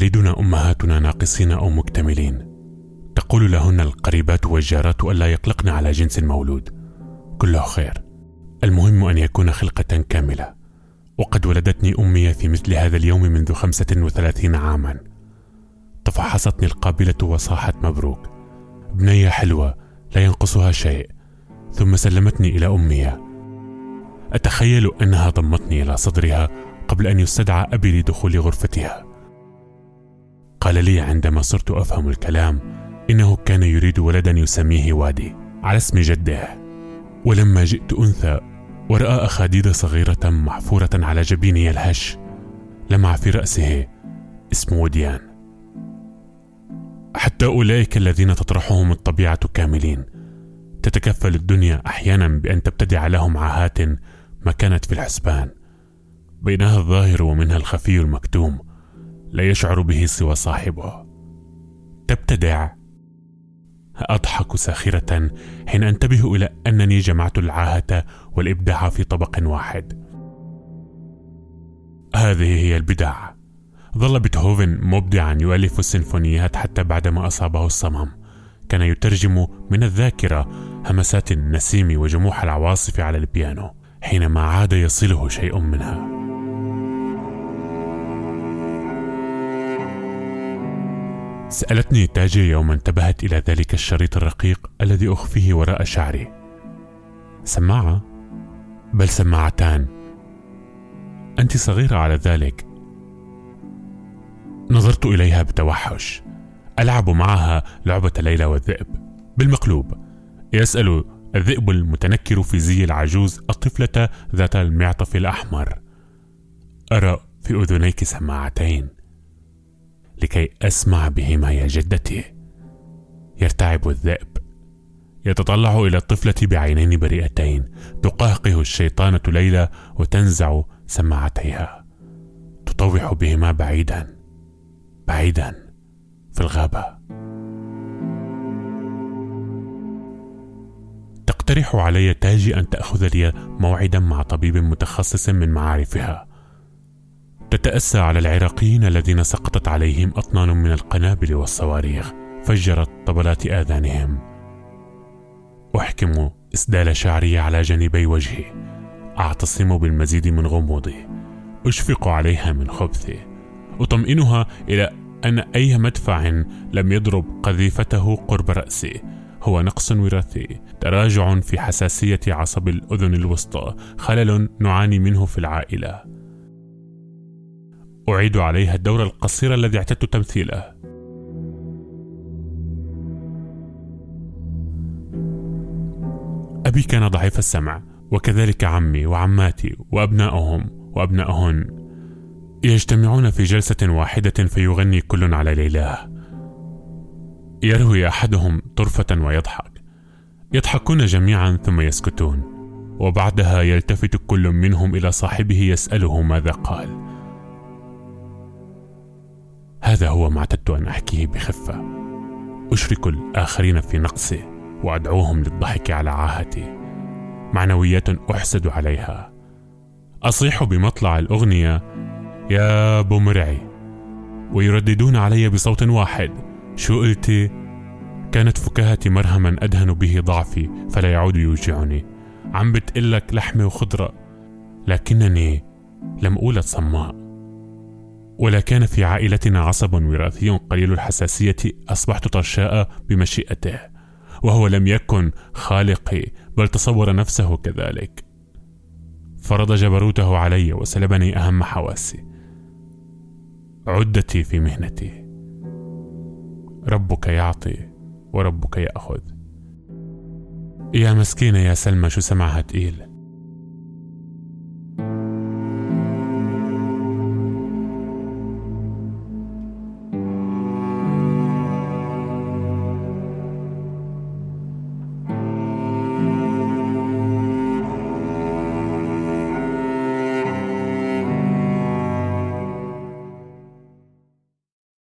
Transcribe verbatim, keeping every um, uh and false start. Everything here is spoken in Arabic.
تلدنا أمهاتنا ناقصين أو مكتملين، تقول لهن القريبات والجارات ألا يقلقن على جنس المولود، كله خير، المهم أن يكون خلقة كاملة. وقد ولدتني أمي في مثل هذا اليوم منذ خمسة وثلاثين عاما. تفحصتني القابلة وصاحت مبروك، بنية حلوة لا ينقصها شيء، ثم سلمتني إلى أمي. أتخيل أنها ضمتني إلى صدرها قبل أن يستدعى أبي لدخول غرفتها. قال لي عندما صرت أفهم الكلام إنه كان يريد ولدا يسميه وادي على اسم جده. ولما جئت أنثى ورأى أخاديد صغيرة محفورة على جبيني الهش، لمع في رأسه اسم وديان. حتى أولئك الذين تطرحهم الطبيعة كاملين تتكفل الدنيا أحيانا بأن تبتدع لهم عاهات ما كانت في الحسبان، بينها الظاهر ومنها الخفي المكتوم لا يشعر به سوى صاحبه. تبتدع. أضحك ساخرة حين أنتبه إلى أنني جمعت العاهة والإبداع في طبق واحد. هذه هي البدع. ظل بيتهوفن مبدعا يؤلف السيمفونيات حتى بعدما أصابه الصمم. كان يترجم من الذاكرة همسات النسيم وجموح العواصف على البيانو حينما عاد يصله شيء منها. سألتني تاجي يوم انتبهت إلى ذلك الشريط الرقيق الذي أخفيه وراء شعري: سماعة؟ بل سماعتان. أنت صغيرة على ذلك. نظرت إليها بتوحش. ألعب معها لعبة ليلى والذئب بالمقلوب. يسأل الذئب المتنكر في زي العجوز الطفلة ذات المعطف الأحمر: أرى في أذنيك سماعتين لكي أسمع بهما يا جدتي. يرتعب الذئب، يتطلع إلى الطفلة بعينين بريئتين. تقهقه الشيطانة ليلى وتنزع سماعتيها، تطوح بهما بعيدا بعيدا في الغابة. تقترح علي تاجي أن تأخذ لي موعدا مع طبيب متخصص من معارفها. تتأسى على العراقيين الذين سقطت عليهم أطنان من القنابل والصواريخ فجرت طبلات آذانهم. أحكم إسدال شعري على جانبي وجهي، أعتصم بالمزيد من غموضي، أشفق عليها من خبثي، أطمئنها إلى أن أي مدفع لم يضرب قذيفته قرب رأسي هو نقص وراثي، تراجع في حساسية عصب الأذن الوسطى، خلل نعاني منه في العائلة. أعيد عليها الدور القصير الذي اعتدت تمثيله. أبي كان ضعيف السمع، وكذلك عمي وعماتي وأبنائهم وأبنائهن. يجتمعون في جلسة واحدة فيغني كل على ليلاه. يروي أحدهم طرفة ويضحك، يضحكون جميعا ثم يسكتون، وبعدها يلتفت كل منهم إلى صاحبه يسأله ماذا قال. هذا هو ما اعتدت أن أحكيه بخفة. أشرك الآخرين في نقصي وأدعوهم للضحك على عاهتي. معنويات أحسد عليها. أصيح بمطلع الأغنية: يا بومرعي، ويرددون علي بصوت واحد: شو قلتي؟ كانت فكاهتي مرهما أدهن به ضعفي فلا يعود يوجعني. عم بتقلك لحمة وخضرة، لكنني لم أولد صماء. ولا كان في عائلتنا عصب وراثي قليل الحساسية أصبحت طرشاء بمشيئته، وهو لم يكن خالقي بل تصور نفسه كذلك. فرض جبروته علي وسلبني أهم حواسي، عدتي في مهنتي. ربك يعطي وربك يأخذ. يا مسكينة يا سلمى، شو سمعها تقيل.